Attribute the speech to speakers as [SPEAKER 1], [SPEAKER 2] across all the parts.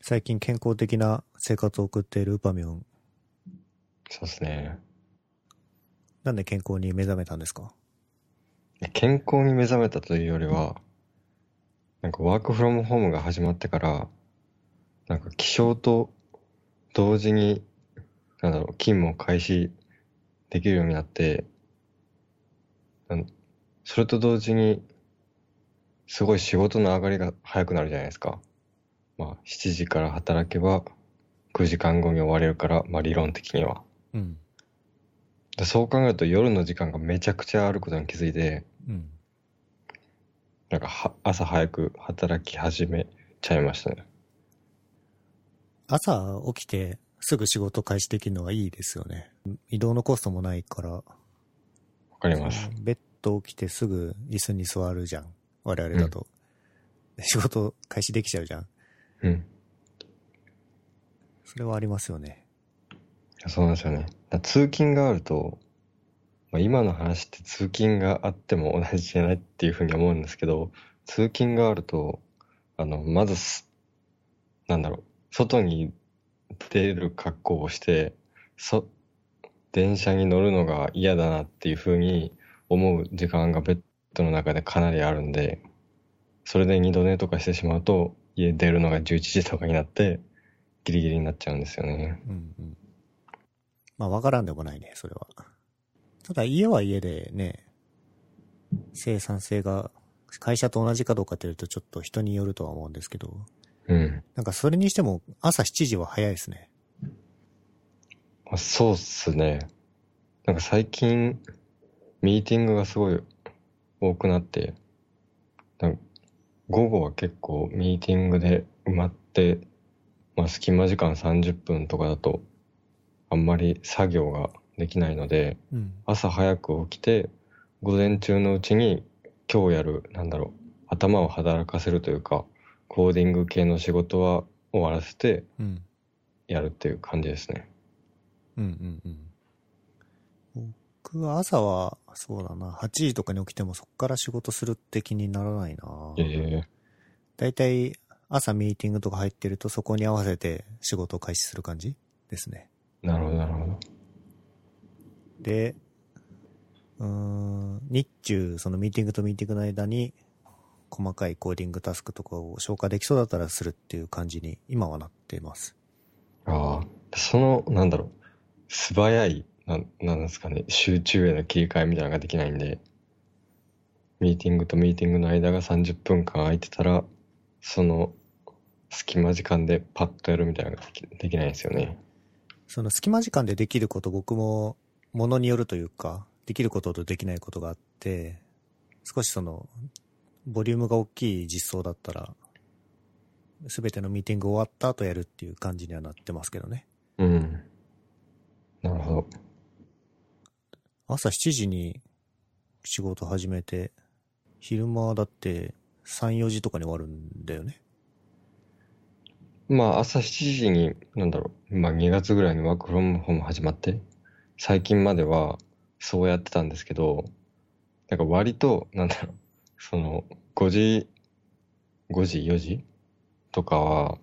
[SPEAKER 1] 最近健康的な生活を送っているウパミョン。
[SPEAKER 2] そうですね。
[SPEAKER 1] なんで健康に目覚めたんですか？
[SPEAKER 2] 健康に目覚めたというよりは、なんかワークフロムホームが始まってから、なんか起床と同時に、勤務を開始できるようになって、なんそれと同時に、すごい仕事の上がりが早くなるじゃないですか。まあ、7時から働けば9時間後に終われるから、まあ理論的には。
[SPEAKER 1] うん。
[SPEAKER 2] でそう考えると夜の時間がめちゃくちゃあることに気づいて、
[SPEAKER 1] うん。
[SPEAKER 2] なんか朝早く働き始めちゃいましたね。
[SPEAKER 1] 朝起きてすぐ仕事開始できるのはいいですよね。移動のコストもないから、
[SPEAKER 2] わかります。
[SPEAKER 1] ベッド起きてすぐ椅子に座るじゃん。我々だと。仕事開始できちゃうじゃん。
[SPEAKER 2] うん。
[SPEAKER 1] それはありますよね。
[SPEAKER 2] そうなんですよね。通勤があると、まあ、今の話って通勤があっても同じじゃないっていうふうに思うんですけど、通勤があると、まず外に出る格好をして、電車に乗るのが嫌だなっていうふうに思う時間がベッドの中でかなりあるんで、それで二度寝とかしてしまうと、家出るのが11時とかになって、ギリギリになっちゃうんですよね。
[SPEAKER 1] うんうん。まあわからんでもないね、それは。ただ家は家でね、生産性が会社と同じかどうかっていうとちょっと人によるとは思うんですけど、
[SPEAKER 2] うん。
[SPEAKER 1] なんかそれにしても朝7時は早いですね。
[SPEAKER 2] そうっすね。なんか最近、ミーティングがすごい多くなって、なんか午後は結構ミーティングで埋まって、まあ隙間時間30分とかだとあんまり作業ができないので、
[SPEAKER 1] うん。
[SPEAKER 2] 朝早く起きて、午前中のうちに今日やる、頭を働かせるというか、コーディング系の仕事は終わらせて
[SPEAKER 1] うん。
[SPEAKER 2] やるっていう感じですね。
[SPEAKER 1] うんうんうん。僕は朝は、そうだな、8時とかに起きてもそっから仕事するって気にならないな。
[SPEAKER 2] ええ
[SPEAKER 1] だいたい朝ミーティングとか入ってるとそこに合わせて仕事を開始する感じですね。
[SPEAKER 2] なるほど、なるほど。
[SPEAKER 1] で、日中、そのミーティングとミーティングの間に細かいコーディングタスクとかを消化できそうだったらするっていう感じに今はなっています。
[SPEAKER 2] ああ、素早い、なんですかね、集中への切り替えみたいなのができないんで、ミーティングとミーティングの間が30分間空いてたら、その隙間時間でパッとやるみたいなのができないんですよね。
[SPEAKER 1] その隙間時間でできること僕もものによるというか、できることとできないことがあって、少しそのボリュームが大きい実装だったら、すべてのミーティング終わった後やるっていう感じにはなってますけどね。
[SPEAKER 2] うん。なるほど。
[SPEAKER 1] 朝7時に仕事始めて、昼間だって3、4時とかに終わるんだよね。
[SPEAKER 2] まあ朝7時に、まあ2月ぐらいにワークフロムホーム始まって、最近まではそうやってたんですけど、なんか割と、その5時、5時、4時とかは、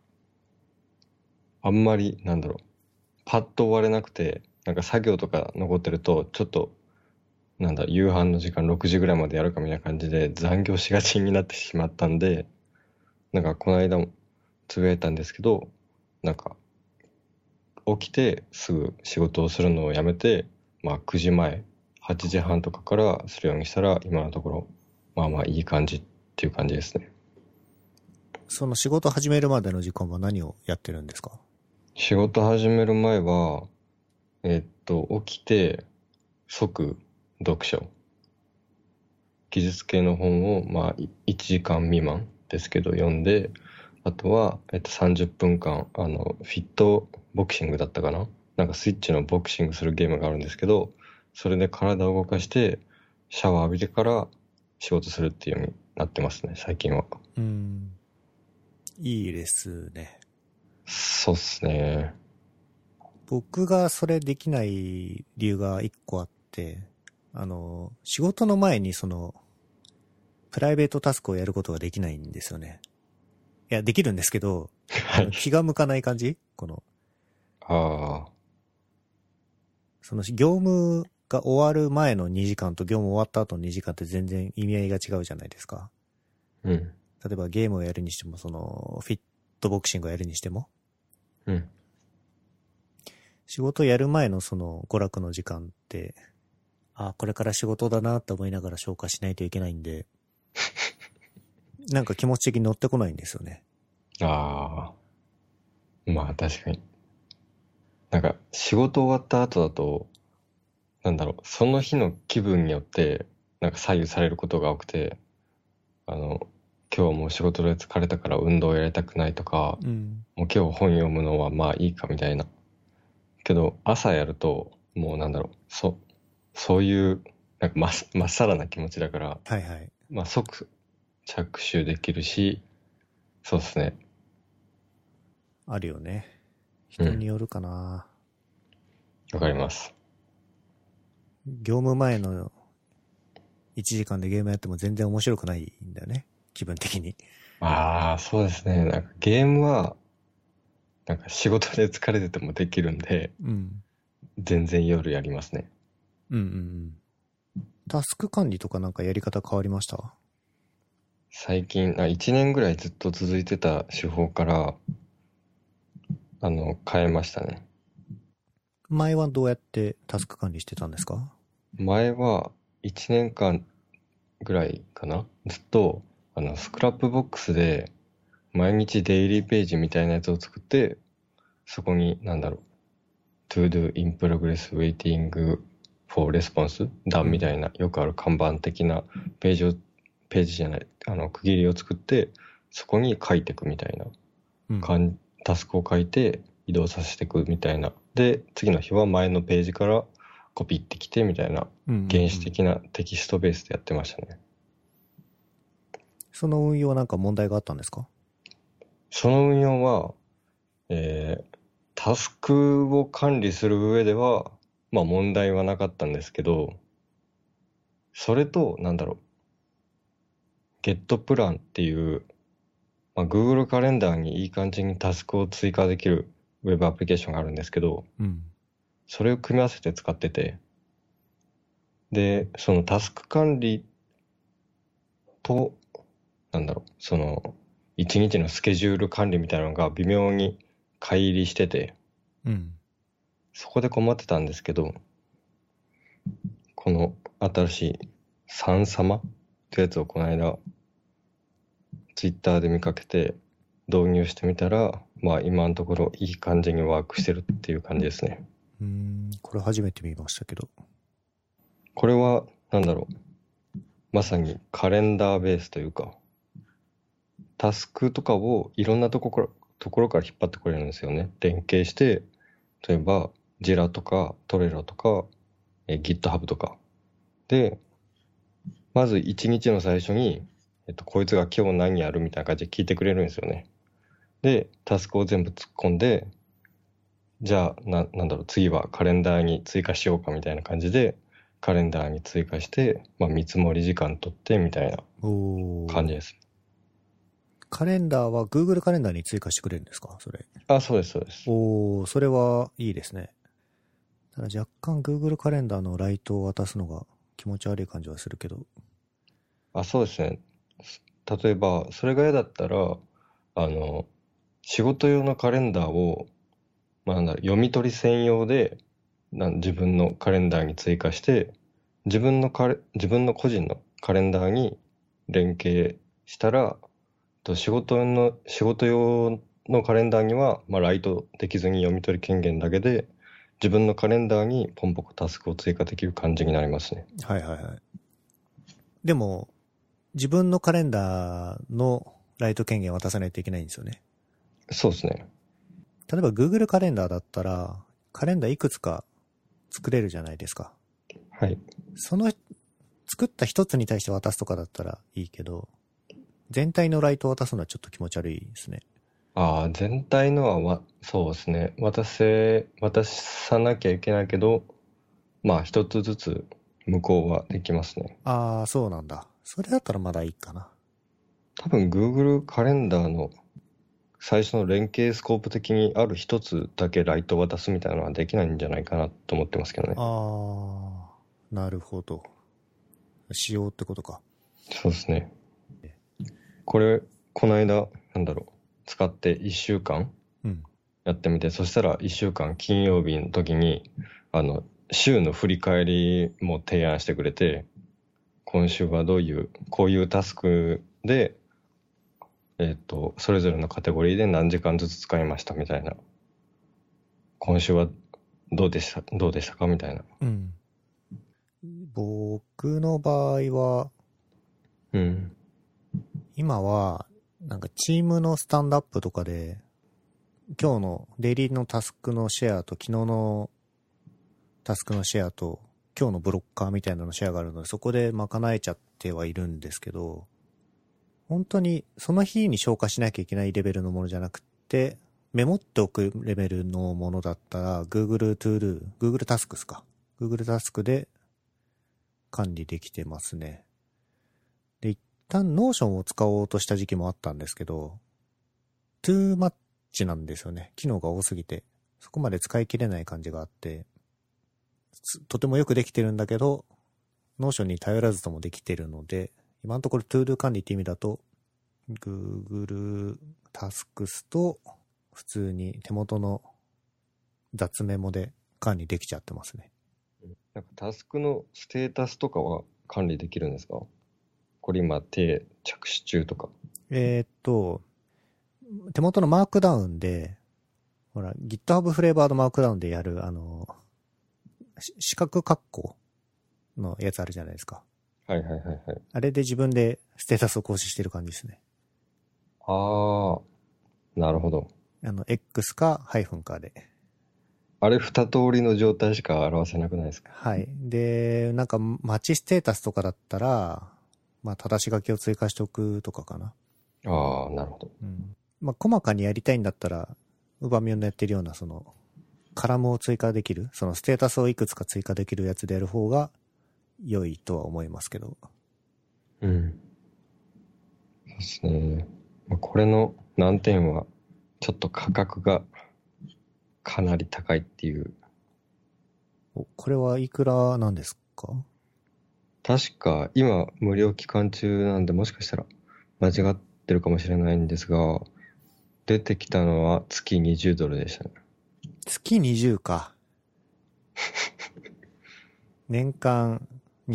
[SPEAKER 2] あんまり、パッと終われなくて、なんか作業とか残ってると、ちょっと、夕飯の時間6時ぐらいまでやるかみたいな感じで残業しがちになってしまったんで、なんかこの間もつぶやいたんですけど、なんか起きてすぐ仕事をするのをやめて、まあ9時前、8時半とかからするようにしたら、今のところ、まあまあいい感じっていう感じですね。
[SPEAKER 1] その仕事始めるまでの時間は何をやってるんですか？
[SPEAKER 2] 仕事始める前は、起きて即読書。技術系の本を、まあ、1時間未満ですけど読んで、あとは、30分間、フィットボクシングだったかな、なんかスイッチのボクシングするゲームがあるんですけど、それで体を動かして、シャワー浴びてから仕事するっていうようになってますね、最近は。
[SPEAKER 1] いいですね。
[SPEAKER 2] そうっすね。
[SPEAKER 1] 僕がそれできない理由が一個あって、仕事の前にその、プライベートタスクをやることができないんですよね。いや、できるんですけど、
[SPEAKER 2] はい。
[SPEAKER 1] 気が向かない感じこの、
[SPEAKER 2] ああ、
[SPEAKER 1] その業務が終わる前の2時間と業務終わった後の2時間って全然意味合いが違うじゃないですか。
[SPEAKER 2] うん、
[SPEAKER 1] 例えばゲームをやるにしても、フィットボクシングをやるにしても、
[SPEAKER 2] うん。
[SPEAKER 1] 仕事やる前の娯楽の時間って、これから仕事だなって思いながら消化しないといけないんで、なんか気持ち的に乗ってこないんですよね。
[SPEAKER 2] ああ、まあ確かに。なんか仕事終わった後だと、その日の気分によって、なんか左右されることが多くて、あの、今日はもう仕事で疲れたから運動をやりたくないとか、
[SPEAKER 1] うん。
[SPEAKER 2] もう今日本読むのはまあいいかみたいな。けど、朝やると、もうそういう、なんかまっさらな気持ちだから、
[SPEAKER 1] はいはい。
[SPEAKER 2] まあ即着手できるし、そうですね。
[SPEAKER 1] あるよね。
[SPEAKER 2] うん。
[SPEAKER 1] 人によるかな。
[SPEAKER 2] わかります。
[SPEAKER 1] 業務前の1時間でゲームやっても全然面白くないんだよね。気分的に。
[SPEAKER 2] ああ、そうですね。なんかゲームは、なんか仕事で疲れててもできるんで、
[SPEAKER 1] うん。
[SPEAKER 2] 全然夜やりますね。
[SPEAKER 1] うんうんうん。タスク管理とかなんかやり方変わりました？
[SPEAKER 2] 最近、1年ぐらいずっと続いてた手法から、変えましたね。
[SPEAKER 1] 前はどうやってタスク管理してたんですか？
[SPEAKER 2] 前は1年間ぐらいかなずっと、スクラップボックスで、毎日デイリーページみたいなやつを作って、そこに、to do in progress waiting for response
[SPEAKER 1] うん。
[SPEAKER 2] みたいな、よくある看板的なページじゃない、区切りを作って、そこに書いていくみたいな、
[SPEAKER 1] うん。
[SPEAKER 2] タスクを書いて移動させていくみたいな。で、次の日は前のページからコピってきてみたいな、
[SPEAKER 1] うんうんうん。
[SPEAKER 2] 原始的なテキストベースでやってましたね。
[SPEAKER 1] その運用なんか問題があったんですか？
[SPEAKER 2] その運用は、タスクを管理する上では、まあ問題はなかったんですけど、それと、ゲットプランっていう、まあ、Google カレンダーにいい感じにタスクを追加できるウェブアプリケーションがあるんですけど、
[SPEAKER 1] うん。
[SPEAKER 2] それを組み合わせて使ってて、で、そのタスク管理と、一日のスケジュール管理みたいなのが微妙に乖離してて、
[SPEAKER 1] うん。
[SPEAKER 2] そこで困ってたんですけど、この新しいサンサマってやつをこの間、ツイッターで見かけて導入してみたら、まあ今のところいい感じにワークしてるっていう感じですね。
[SPEAKER 1] これ初めて見ましたけど。
[SPEAKER 2] これは、まさにカレンダーベースというか、タスクとかをいろんなところから引っ張ってこれるんですよね。連携して、例えば、ジラとかトレロとか、GitHub とか。で、まず一日の最初に、こいつが今日何やるみたいな感じで聞いてくれるんですよね。で、タスクを全部突っ込んで、じゃあ、次はカレンダーに追加しようかみたいな感じで、カレンダーに追加して、まあ、見積もり時間取ってみたいな感じ
[SPEAKER 1] おー。
[SPEAKER 2] です。
[SPEAKER 1] カレンダーは Google カレンダーに追加してくれるんですかそれ？
[SPEAKER 2] あ、そうです、そうです。
[SPEAKER 1] おー、それはいいですね。ただ若干 Google カレンダーのライトを渡すのが気持ち悪い感じはするけど。
[SPEAKER 2] あ、そうですね。例えば、それが嫌だったら、あの、仕事用のカレンダーを、まあ、読み取り専用で、自分のカレンダーに追加して、自分の個人のカレンダーに連携したら、仕事用のカレンダーには、まあ、ライトできずに読み取り権限だけで、自分のカレンダーにポンポコタスクを追加できる感じになりますね。
[SPEAKER 1] はいはいはい。でも、自分のカレンダーのライト権限を渡さないといけないんですよね。
[SPEAKER 2] そうですね。
[SPEAKER 1] 例えば Google カレンダーだったら、カレンダーいくつか作れるじゃないですか。
[SPEAKER 2] はい。
[SPEAKER 1] その作った一つに対して渡すとかだったらいいけど、全体のライトを渡すのはちょっと気持ち悪いですね。
[SPEAKER 2] ああ、全体のそうですね。渡さなきゃいけないけど、まあ一つずつ無効はできますね。
[SPEAKER 1] ああ、そうなんだ。それだったらまだいいかな。
[SPEAKER 2] 多分 Google カレンダーの最初の連携スコープ的にある一つだけライトを渡すみたいなのはできないんじゃないかなと思ってますけどね。
[SPEAKER 1] ああ、なるほど。仕様ってことか。
[SPEAKER 2] そうですね。これ、この間、使って1週間
[SPEAKER 1] うん。
[SPEAKER 2] やってみて、そしたら1週間金曜日の時に、週の振り返りも提案してくれて、今週はこういうタスクで、それぞれのカテゴリーで何時間ずつ使いましたみたいな。今週はどうでしたかみたいな。
[SPEAKER 1] うん。僕の場合は、
[SPEAKER 2] うん。
[SPEAKER 1] 今は、なんかチームのスタンドアップとかで、今日のデイリーのタスクのシェアと昨日のタスクのシェアと今日のブロッカーみたいなのシェアがあるので、そこで賄えちゃってはいるんですけど、本当にその日に消化しなきゃいけないレベルのものじゃなくて、メモっておくレベルのものだったら Google To Do、Google Tasks か。Google Task で管理できてますね。で、一旦 Notion を使おうとした時期もあったんですけど、too much なんですよね。機能が多すぎて、そこまで使い切れない感じがあって、とてもよくできてるんだけど、Notion に頼らずともできてるので、今のところ To Do 管理って意味だと、Google Tasks と普通に手元の雑メモで管理できちゃってますね。
[SPEAKER 2] なんかタスクのステータスとかは管理できるんですか？これ今着手中とか。
[SPEAKER 1] 手元のマークダウンで、ほら、GitHub フレーバードマークダウンでやる、四角括弧のやつあるじゃないですか。
[SPEAKER 2] はいはいはいはい。
[SPEAKER 1] あれで自分でステータスを更新してる感じですね。
[SPEAKER 2] ああ、なるほど。
[SPEAKER 1] X かハイフンかで。
[SPEAKER 2] あれ二通りの状態しか表せなくないですか？
[SPEAKER 1] はい。で、なんか、待ちステータスとかだったら、まあ、正し書きを追加しておくとかかな。
[SPEAKER 2] ああ、なるほど。
[SPEAKER 1] うん。まあ、細かにやりたいんだったら、ウバミョンのやってるような、カラムを追加できる、そのステータスをいくつか追加できるやつでやる方が良いとは思いますけど。
[SPEAKER 2] うん。そうですね。これの難点は、ちょっと価格がかなり高いっていう。
[SPEAKER 1] これはいくらなんですか？
[SPEAKER 2] 確か今無料期間中なんでもしかしたら間違ってるかもしれないんですが、出てきたのは月$20でしたね。
[SPEAKER 1] 月20か。年間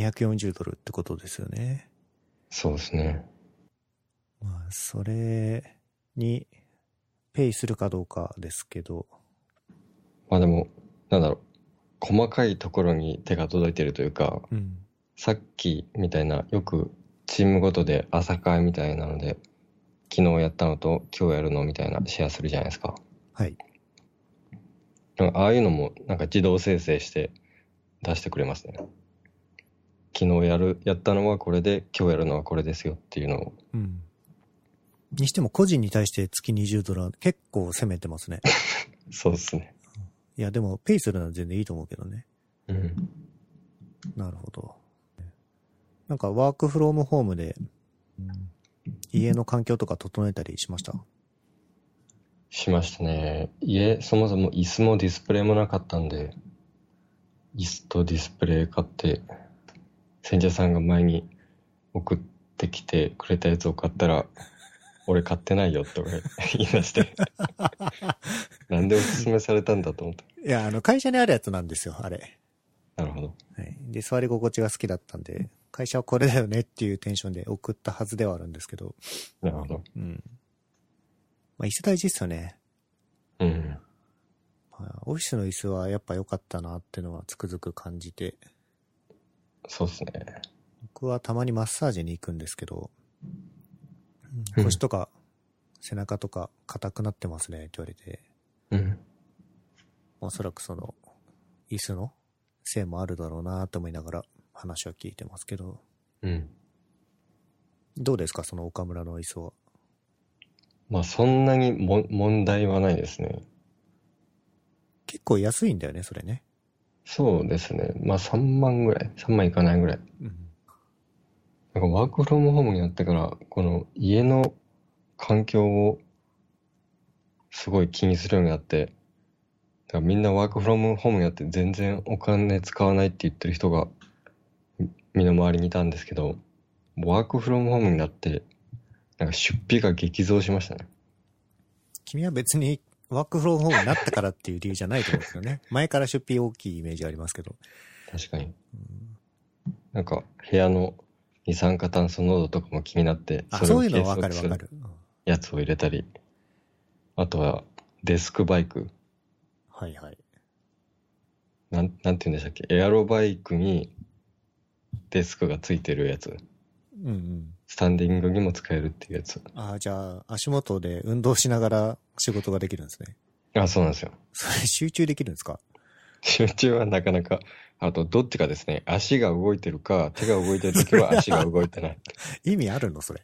[SPEAKER 1] $240ってことですよね。
[SPEAKER 2] そうですね。
[SPEAKER 1] まあ、それにペイするかどうかですけど。
[SPEAKER 2] まあでも、細かいところに手が届いてるというか、
[SPEAKER 1] うん。
[SPEAKER 2] さっきみたいな、よくチームごとで朝会みたいなので、昨日やったのと今日やるのみたいなシェアするじゃないですか。
[SPEAKER 1] はい。
[SPEAKER 2] ああいうのもなんか自動生成して出してくれますね。昨日やったのはこれで、今日やるのはこれですよっていうのを。
[SPEAKER 1] うん。にしても個人に対して月$20結構攻めてますね。
[SPEAKER 2] そうですね。
[SPEAKER 1] いやでもペイするのは全然いいと思うけどね。
[SPEAKER 2] うん。
[SPEAKER 1] なるほど。なんかワークフロームホームで、家の環境とか整えたりしました？
[SPEAKER 2] しましたね。そもそも椅子もディスプレイもなかったんで、椅子とディスプレイ買って、千者さんが前に送ってきてくれたやつを買ったら、俺買ってないよって俺言い出して。なんでおすすめされたんだと思って。
[SPEAKER 1] いや、会社にあるやつなんですよ、あれ。
[SPEAKER 2] なるほど。
[SPEAKER 1] はい。で、座り心地が好きだったんで、会社はこれだよねっていうテンションで送ったはずではあるんですけど。
[SPEAKER 2] なるほど。
[SPEAKER 1] うん。まあ、椅子大事っすよね。
[SPEAKER 2] うん。
[SPEAKER 1] まあ、オフィスの椅子はやっぱ良かったなっていうのはつくづく感じて。
[SPEAKER 2] そうですね。
[SPEAKER 1] 僕はたまにマッサージに行くんですけど、
[SPEAKER 2] うん
[SPEAKER 1] 腰とか背中とか硬くなってますねって言われて、
[SPEAKER 2] うん。
[SPEAKER 1] おそらく椅子のせいもあるだろうなと思いながら話は聞いてますけど、
[SPEAKER 2] うん。
[SPEAKER 1] どうですか岡村の椅子は？
[SPEAKER 2] まあそんなに問題はないですね。
[SPEAKER 1] 結構安いんだよね、それね。
[SPEAKER 2] そうですね。まあ3万ぐらい。3万いかないぐらい。
[SPEAKER 1] うん。
[SPEAKER 2] なんかワークフロムホームになってから、この家の環境をすごい気にするようになって、だからみんなワークフロムホームやって全然お金使わないって言ってる人が身の回りにいたんですけど、ワークフロムホームになって、なんか出費が激増しましたね。
[SPEAKER 1] 君は別にワークフロムホームになったからっていう理由じゃないと思うんですよね。前から出費大きいイメージありますけど。
[SPEAKER 2] 確かに。
[SPEAKER 1] うん、
[SPEAKER 2] なんか部屋の二酸化炭素濃度とかも気になって、
[SPEAKER 1] あ、
[SPEAKER 2] それを
[SPEAKER 1] そういうのはわ
[SPEAKER 2] 計測する
[SPEAKER 1] かるわかる。うん、
[SPEAKER 2] やつを入れたり、あとはデスクバイク、
[SPEAKER 1] はいはい。
[SPEAKER 2] なんて言うんでしたっけ、エアロバイクにデスクがついてるやつ、
[SPEAKER 1] うんうん。
[SPEAKER 2] スタンディングにも使えるっていうやつ。
[SPEAKER 1] あ、じゃあ足元で運動しながら仕事ができるんですね。
[SPEAKER 2] あ、そうなんですよ。
[SPEAKER 1] それ集中できるんですか？
[SPEAKER 2] 集中はなかなか、あとどっちかですね、足が動いてるか、手が動いてるときは足が動いてない。
[SPEAKER 1] 意味あるのそれ。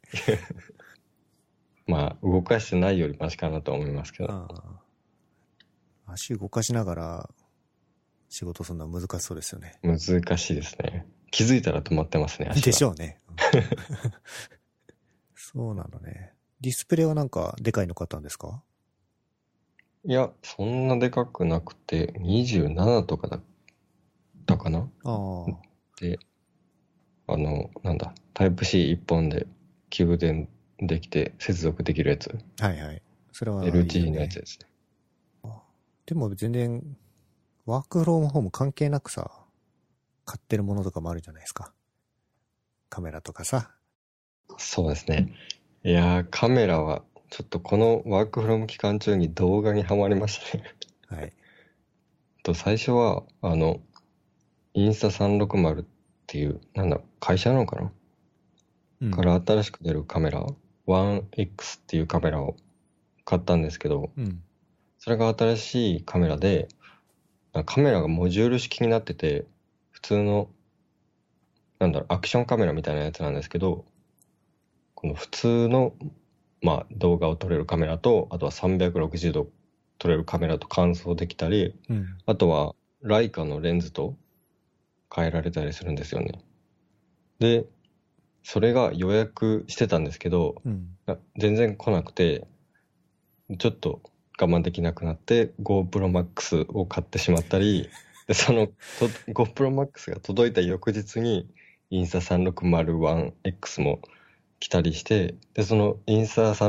[SPEAKER 2] まあ、動かしてないよりマシかなとは思いますけど。
[SPEAKER 1] ああ、足動かしながら仕事するのは難しそうですよね。
[SPEAKER 2] 難しいですね。気づいたら止まってますね、足が。
[SPEAKER 1] でしょうね。そうなのね。ディスプレイはなんかでかいの買ったんですか？
[SPEAKER 2] いや、そんなでかくなくて、27とかだったかな。
[SPEAKER 1] ああ、は
[SPEAKER 2] で、なんだ、タイプ C 一本で給電できて接続できるやつ。
[SPEAKER 1] いはい。それはいいよ
[SPEAKER 2] LTE のやつ
[SPEAKER 1] ね。
[SPEAKER 2] ですね。
[SPEAKER 1] でも全然、ワークフロムホーム関係なくさ、買ってるものとかもあるじゃないですか。カメラとかさ。
[SPEAKER 2] そうですね。いやー、カメラは、ちょっとこのワークフロム期間中に動画にはまりましたね。
[SPEAKER 1] はい。
[SPEAKER 2] 最初は、インスタ360っていう、なんだ、会社なのかな、
[SPEAKER 1] うん。
[SPEAKER 2] から新しく出るカメラ、1X っていうカメラを買ったんですけど、
[SPEAKER 1] うん。
[SPEAKER 2] それが新しいカメラで、カメラがモジュール式になってて、普通の、アクションカメラみたいなやつなんですけど、この普通の、まあ、動画を撮れるカメラと、あとは360度撮れるカメラと換装できたり、
[SPEAKER 1] うん。
[SPEAKER 2] あとは、ライカのレンズと変えられたりするんですよね。で、それが予約してたんですけど、
[SPEAKER 1] うん。
[SPEAKER 2] 全然来なくて、ちょっと我慢できなくなって GoPro Max を買ってしまったり、で、GoPro Max が届いた翌日にインスタ 360-1X も来たりして、で、そのインスタ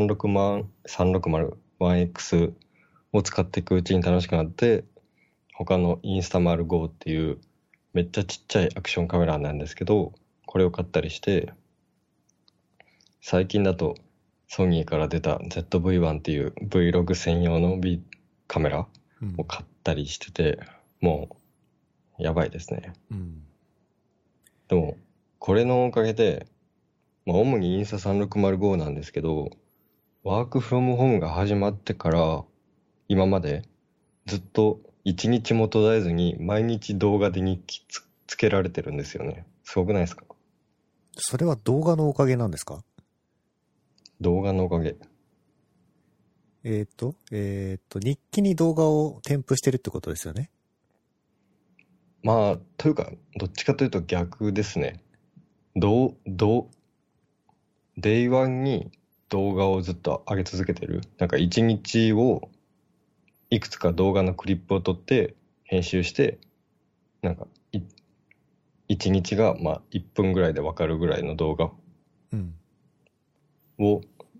[SPEAKER 2] 360-1X を使っていくうちに楽しくなって、他のインスタ丸5っていうめっちゃちっちゃいアクションカメラなんですけど、これを買ったりして、最近だとソニーから出た ZV-1 っていう Vlog 専用のカメラ
[SPEAKER 1] うん。
[SPEAKER 2] を買ったりしてて、もうやばいですね。
[SPEAKER 1] うん。
[SPEAKER 2] でも、これのおかげで、まあ、主にインスタ3605なんですけど、ワークフロムホームが始まってから、今までずっと一日も途絶えずに毎日動画で日記つけられてるんですよね。すごくないですか？
[SPEAKER 1] それは動画のおかげなんですか？
[SPEAKER 2] 動画のおかげ。
[SPEAKER 1] 日記に動画を添付してるってことですよね。
[SPEAKER 2] まあ、というか、どっちかというと逆ですね。デイワンに動画をずっと上げ続けてる。なんか一日をいくつか動画のクリップを撮って編集して、なんか一日がまあ1分ぐらいでわかるぐらいの動画
[SPEAKER 1] うん。
[SPEAKER 2] を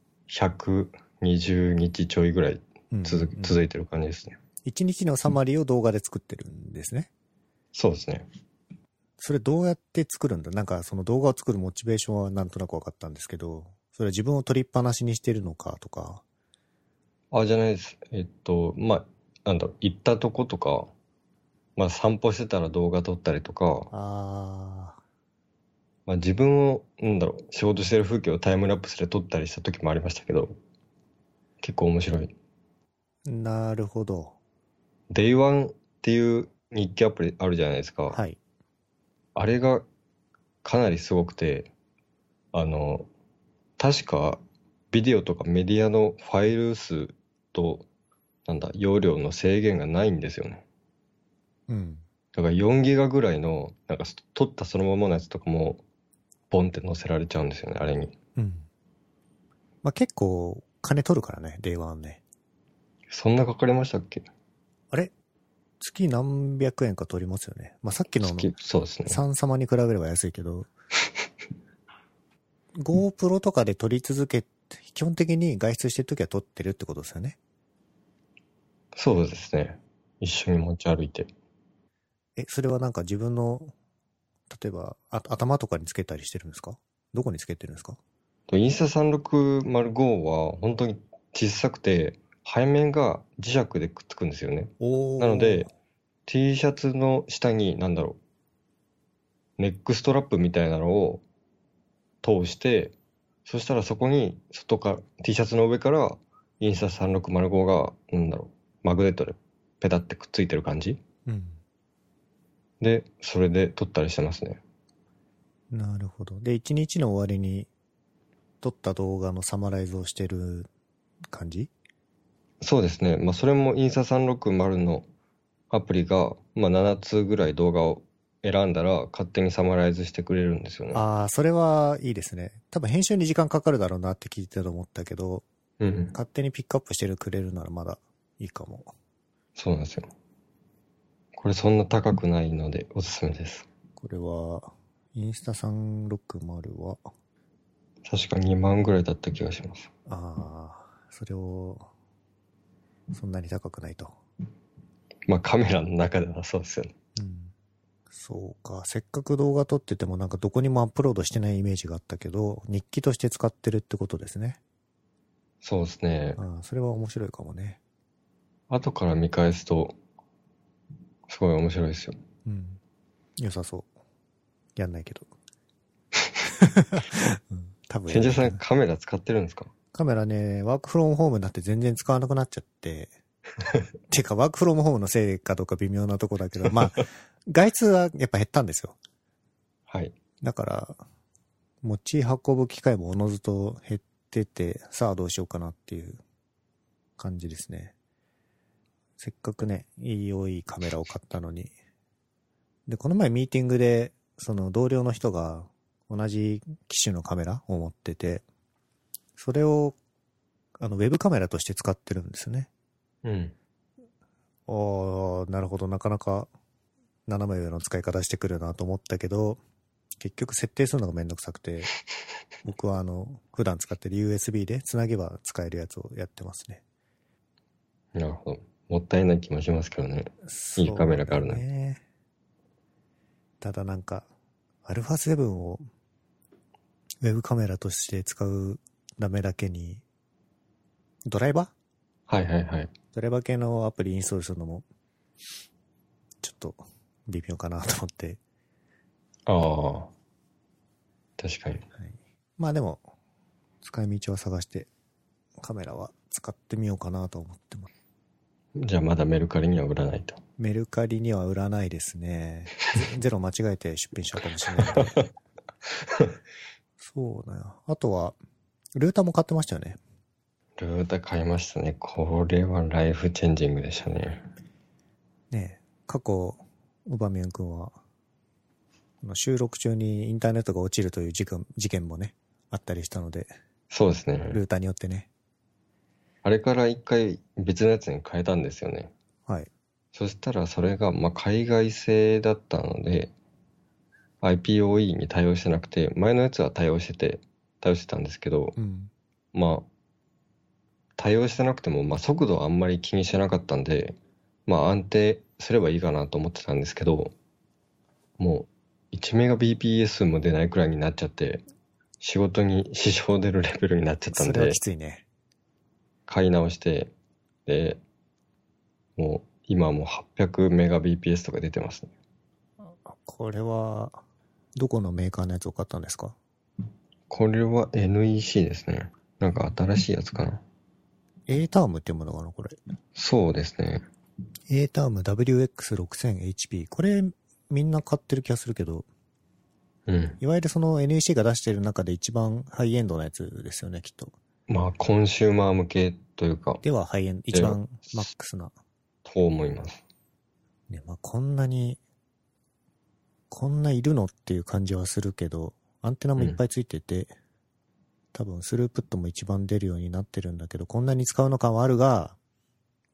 [SPEAKER 2] 120日ちょいぐらい
[SPEAKER 1] うん。
[SPEAKER 2] 続いてる感じですね。
[SPEAKER 1] 一日のサマリーを動画で作ってるんですね。
[SPEAKER 2] そうですね。
[SPEAKER 1] それどうやって作るんだ？なんかその動画を作るモチベーションはなんとなく分かったんですけど、それは自分を撮りっぱなしにしてるのかとか。
[SPEAKER 2] あ、じゃないです。まあ、行ったとことか、まあ散歩してたら動画撮ったりとか、
[SPEAKER 1] あ
[SPEAKER 2] まあ自分を、仕事してる風景をタイムラプスで撮ったりした時もありましたけど、結構面白い。
[SPEAKER 1] ー、なるほど。
[SPEAKER 2] デイワンっていう日記アプリあるじゃないですか。
[SPEAKER 1] はい。
[SPEAKER 2] あれがかなりすごくて、あの、確かビデオとかメディアのファイル数と、容量の制限がないんですよね。
[SPEAKER 1] うん。
[SPEAKER 2] だから4ギガぐらいの、撮ったそのままのやつとかも、ポンって載せられちゃうんですよね、あれに。
[SPEAKER 1] うん。まあ、結構金取るからね、デイワンね。
[SPEAKER 2] そんなかかりましたっけ？
[SPEAKER 1] あれ月何百円か取りますよね。まあ、さっきの
[SPEAKER 2] そうですね。
[SPEAKER 1] 3様に比べれば安いけど、GoPro とかで撮り続け、基本的に外出してるときは撮ってるってことですよね。
[SPEAKER 2] そうですね。一緒に持ち歩いて。
[SPEAKER 1] それはなんか自分の、例えば、頭とかにつけたりしてるんですか？どこにつけてるんですか？
[SPEAKER 2] インスタ3605は本当に小さくて、背面が磁石でくっつくんですよね。なので、T シャツの下に、ネックストラップみたいなのを通して、そしたらそこにT シャツの上からインスタ3605が、マグネットでペタってくっついてる感じ。
[SPEAKER 1] うん。
[SPEAKER 2] で、それで撮ったりしてますね。
[SPEAKER 1] なるほど。で、一日の終わりに撮った動画のサマライズをしてる感じ？
[SPEAKER 2] そうですね。まあ、それもインスタ360のアプリが、7つぐらい動画を選んだら勝手にサマライズしてくれるんですよね。
[SPEAKER 1] ああ、それはいいですね。多分編集に時間かかるだろうなって聞いてたと思ったけど、
[SPEAKER 2] うん。
[SPEAKER 1] 勝手にピックアップしてくれるならまだいいかも。
[SPEAKER 2] そうなんですよ。これそんな高くないのでおすすめです。
[SPEAKER 1] これは、インスタ360は、
[SPEAKER 2] 確か2万ぐらいだった気がします。
[SPEAKER 1] ああ、それを、そんなに高くないと。
[SPEAKER 2] まあカメラの中ではそうですよね。
[SPEAKER 1] うん。そうか。せっかく動画撮っててもなんかどこにもアップロードしてないイメージがあったけど、日記として使ってるってことですね。
[SPEAKER 2] そうですね。
[SPEAKER 1] ああ、それは面白いかもね。
[SPEAKER 2] 後から見返すと、すごい面白いですよ。
[SPEAKER 1] うん。良さそう。やんないけど。うん、多分や
[SPEAKER 2] 千住さ
[SPEAKER 1] んないけど。
[SPEAKER 2] んカメラ使ってるんですか？
[SPEAKER 1] カメラね、ワークフロムホームになって全然使わなくなっちゃって。てか、ワークフロムホームのせいかどうか微妙なとこだけど、まあ、外出はやっぱ減ったんですよ。
[SPEAKER 2] はい。
[SPEAKER 1] だから、持ち運ぶ機会もおのずと減ってて、さあどうしようかなっていう感じですね。せっかくね、いいカメラを買ったのに。で、この前ミーティングで、その同僚の人が同じ機種のカメラを持ってて、それを、ウェブカメラとして使ってるんですよね。
[SPEAKER 2] うん。
[SPEAKER 1] なるほど、なかなか斜め上の使い方してくるなと思ったけど、結局設定するのがめんどくさくて、僕は普段使ってる USB でつなげば使えるやつをやってますね。
[SPEAKER 2] なるほど。もったいない気もしますけどね。いいカメラがあるのに。
[SPEAKER 1] ね。ただなんか、α7 をウェブカメラとして使うためだけに、ドライバー
[SPEAKER 2] はいはいはい。
[SPEAKER 1] ドライバー系のアプリインストールするのも、ちょっと微妙かなと思って。
[SPEAKER 2] ああ。確かに。
[SPEAKER 1] はい、まあでも、使い道は探して、カメラは使ってみようかなと思ってます。
[SPEAKER 2] じゃあまだメルカリには売らないと。
[SPEAKER 1] メルカリには売らないですね。ゼロ間違えて出品しちゃうかもしれないので。そうだよ。あとは、ルーターも買ってましたよね。
[SPEAKER 2] ルーター買いましたね。これはライフチェンジングでしたね。
[SPEAKER 1] ねえ、過去、ウバミュン君は、収録中にインターネットが落ちるという事件もね、あったりしたので、
[SPEAKER 2] そうですね。
[SPEAKER 1] ルーターによってね。
[SPEAKER 2] あれから一回別のやつに変えたんですよね。
[SPEAKER 1] はい。
[SPEAKER 2] そしたらそれが海外製だったので、IPOE に対応してなくて、前のやつは対応してたんですけど、
[SPEAKER 1] うん。
[SPEAKER 2] 対応してなくても、速度はあんまり気にしてなかったんで、安定すればいいかなと思ってたんですけど、もう1メガ BPS も出ないくらいになっちゃって、仕事に支障出るレベルになっちゃったんで
[SPEAKER 1] それはき、ついね。
[SPEAKER 2] 買い直して、で、もう今はもう800メガ BPS とか出てますね。
[SPEAKER 1] これは、どこのメーカーのやつを買ったんですか？
[SPEAKER 2] これは NEC ですね。なんか新しいやつかな。
[SPEAKER 1] A タームっていうものかな、これ。
[SPEAKER 2] そうですね。
[SPEAKER 1] A ターム WX6000HP。これ、みんな買ってる気がするけど、
[SPEAKER 2] うん。
[SPEAKER 1] いわゆるその NEC が出してる中で一番ハイエンドなやつですよね、きっと。
[SPEAKER 2] コンシューマー向けというか、
[SPEAKER 1] ではハイエンド、一番マックスな。
[SPEAKER 2] と思います。
[SPEAKER 1] ね、こんないるのっていう感じはするけど、アンテナもいっぱいついてて、多分スループットも一番出るようになってるんだけど、こんなに使うの感はあるが、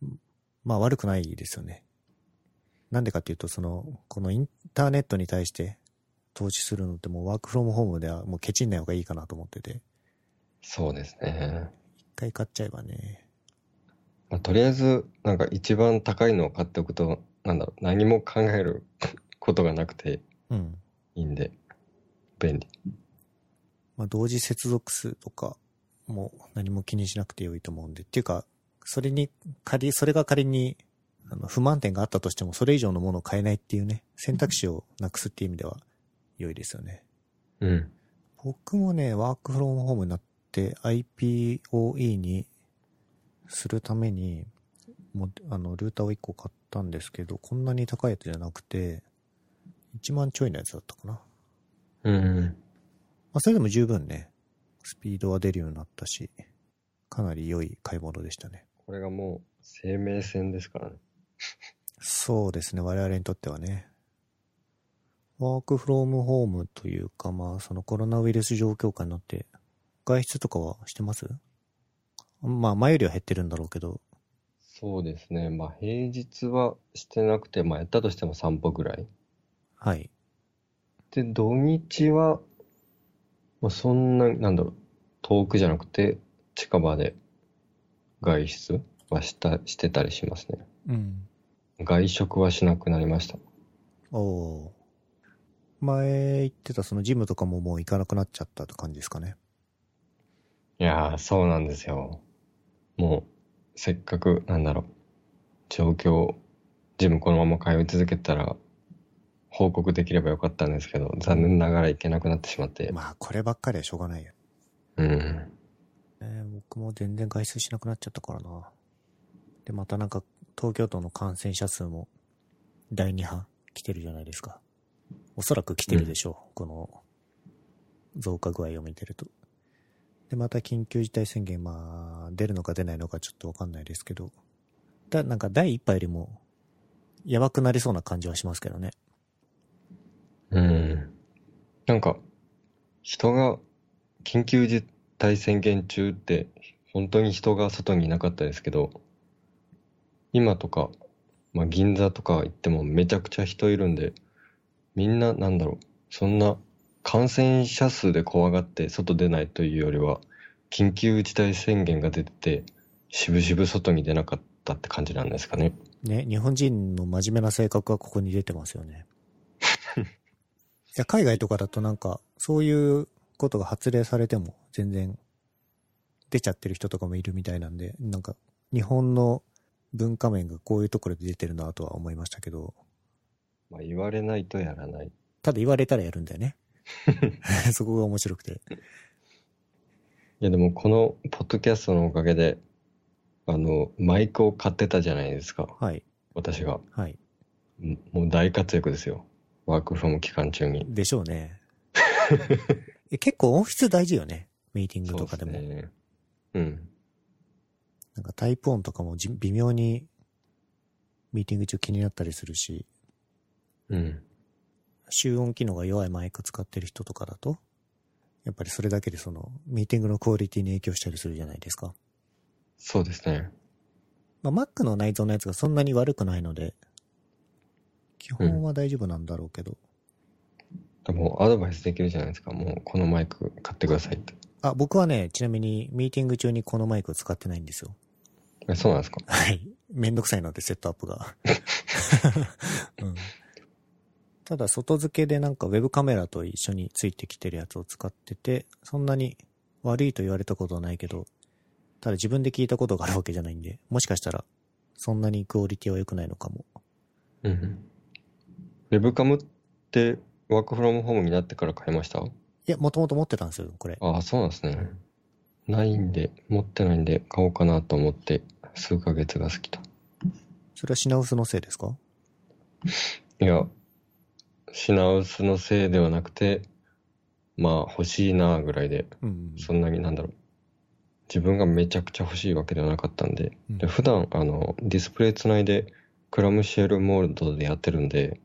[SPEAKER 1] まあ悪くないですよね。なんでかっていうと、このインターネットに対して投資するのってもうワークフロムホームではもうケチんない方がいいかなと思ってて。
[SPEAKER 2] そうですね。
[SPEAKER 1] 一回買っちゃえばね。
[SPEAKER 2] まあ、とりあえず、なんか一番高いのを買っておくと、何も考えることがなくて
[SPEAKER 1] うん。
[SPEAKER 2] いいんで、便利。
[SPEAKER 1] まあ同時接続数とかも何も気にしなくて良いと思うんで。っていうか、それが仮に不満点があったとしてもそれ以上のものを買えないっていうね、選択肢をなくすっていう意味では良いですよね。
[SPEAKER 2] うん。
[SPEAKER 1] 僕もね、ワークフロムホームになって IPOE にするために、もう、ルーターを1個買ったんですけど、こんなに高いやつじゃなくて、1万ちょいのやつだったかな。
[SPEAKER 2] うん。
[SPEAKER 1] まあ、それでも十分ね、スピードは出るようになったし、かなり良い買い物でしたね。
[SPEAKER 2] これがもう生命線ですからね。
[SPEAKER 1] そうですね、我々にとってはね。ワークフロムホームというか、まあ、そのコロナウイルス状況下になって、外出とかはしてます？まあ、前よりは減ってるんだろうけど。
[SPEAKER 2] そうですね。まあ平日はしてなくて、まあやったとしても散歩ぐらい。
[SPEAKER 1] はい。
[SPEAKER 2] で、土日は、まあそんな、遠くじゃなくて、近場で外出はしてたりしますね。
[SPEAKER 1] うん。
[SPEAKER 2] 外食はしなくなりました。
[SPEAKER 1] おー。前言ってたそのジムとかももう行かなくなっちゃったって感じですかね。
[SPEAKER 2] いやー、そうなんですよ。もう、せっかく、状況、ジムこのまま通い続けたら、報告できればよかったんですけど、残念ながら行けなくなってしまって。
[SPEAKER 1] まあ、こればっかりはしょうがないよ。
[SPEAKER 2] うん。
[SPEAKER 1] 僕も全然外出しなくなっちゃったからな。で、またなんか、東京都の感染者数も第2波来てるじゃないですか。おそらく来てるでしょう。この増加具合を見てると。で、また緊急事態宣言、まあ、出るのか出ないのかちょっとわかんないですけど。なんか第1波よりも、やばくなりそうな感じはしますけどね。
[SPEAKER 2] うん。なんか、人が緊急事態宣言中って本当に人が外にいなかったですけど、今とか、まあ銀座とか行ってもめちゃくちゃ人いるんで、みんなそんな感染者数で怖がって外出ないというよりは、緊急事態宣言が出てて、しぶしぶ外に出なかったって感じなんですかね。
[SPEAKER 1] ね、日本人の真面目な性格はここに出てますよね。いや、海外とかだとなんか、そういうことが発令されても全然出ちゃってる人とかもいるみたいなんで、なんか、日本の文化面がこういうところで出てるなとは思いましたけど、
[SPEAKER 2] まあ言われないとやらない。
[SPEAKER 1] ただ言われたらやるんだよね。そこが面白くて。
[SPEAKER 2] いやでもこのポッドキャストのおかげで、マイクを買ってたじゃないですか。
[SPEAKER 1] はい。
[SPEAKER 2] 私が。
[SPEAKER 1] はい。
[SPEAKER 2] もう大活躍ですよ。ワークフロム期間中に。
[SPEAKER 1] でしょうね。結構音質大事よね。ミーティングとかでも。
[SPEAKER 2] そうですね。うん。
[SPEAKER 1] なんかタイプ音とかも微妙にミーティング中気になったりするし、
[SPEAKER 2] うん。
[SPEAKER 1] 集音機能が弱いマイク使ってる人とかだと、やっぱりそれだけでミーティングのクオリティに影響したりするじゃないですか。
[SPEAKER 2] そうですね。
[SPEAKER 1] まあ、Mac の内蔵のやつがそんなに悪くないので、基本は大丈夫なんだろうけど。
[SPEAKER 2] もうアドバイスできるじゃないですか。もうこのマイク買ってくださいって。
[SPEAKER 1] あ、僕はね、ちなみにミーティング中にこのマイクを使ってないんですよ。
[SPEAKER 2] そうなんですか。
[SPEAKER 1] はい。めんどくさいので、セットアップが。うん、ただ、外付けでなんかウェブカメラと一緒についてきてるやつを使ってて、そんなに悪いと言われたことはないけど、ただ自分で聞いたことがあるわけじゃないんで、もしかしたら、そんなにクオリティは良くないのかも。
[SPEAKER 2] うん。ウェブカムってワークフロムホームになってから買いました？
[SPEAKER 1] いや、もともと持ってたんですよ、これ。
[SPEAKER 2] ああ、そうなんですね。ないんで、持ってないんで買おうかなと思って数ヶ月が過ぎた。
[SPEAKER 1] それは品薄のせいですか？
[SPEAKER 2] いや、品薄のせいではなくて、まあ欲しいなぐらいで、そんなに自分がめちゃくちゃ欲しいわけではなかったんで、で普段ディスプレイつないでクラムシェルモードでやってるんで、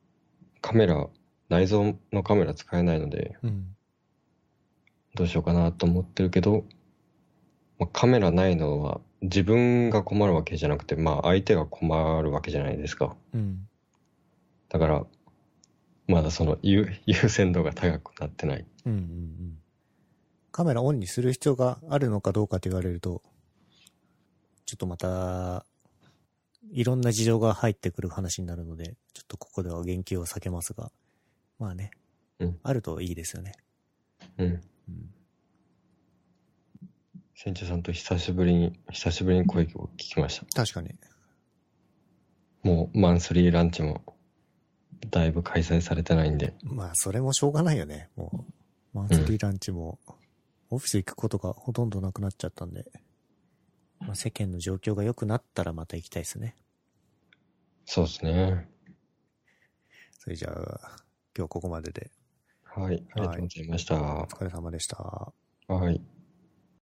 [SPEAKER 2] 内蔵のカメラ使えないので、どうしようかなと思ってるけど、まあ、カメラないのは自分が困るわけじゃなくて、まあ相手が困るわけじゃないですか。
[SPEAKER 1] うん。
[SPEAKER 2] だから、まだその優先度が高くなってない。
[SPEAKER 1] うんうんうん。カメラオンにする必要があるのかどうかって言われると、ちょっとまた、いろんな事情が入ってくる話になるので、ちょっとここでは言及を避けますが、まあね、
[SPEAKER 2] うん。
[SPEAKER 1] あるといいですよね。
[SPEAKER 2] うん。
[SPEAKER 1] うん。
[SPEAKER 2] 船長さんと久しぶりに声を聞きました。
[SPEAKER 1] 確かに。
[SPEAKER 2] もうマンスリーランチもだいぶ開催されてないんで。
[SPEAKER 1] まあ、それもしょうがないよね。もう、マン
[SPEAKER 2] うん。
[SPEAKER 1] スリーランチも、オフィス行くことがほとんどなくなっちゃったんで、まあ、世間の状況が良くなったらまた行きたいですね。
[SPEAKER 2] そうですね。
[SPEAKER 1] それじゃあ、今日はここまでで。
[SPEAKER 2] はい。ありがとうございました。
[SPEAKER 1] お疲れ様でした。
[SPEAKER 2] はい。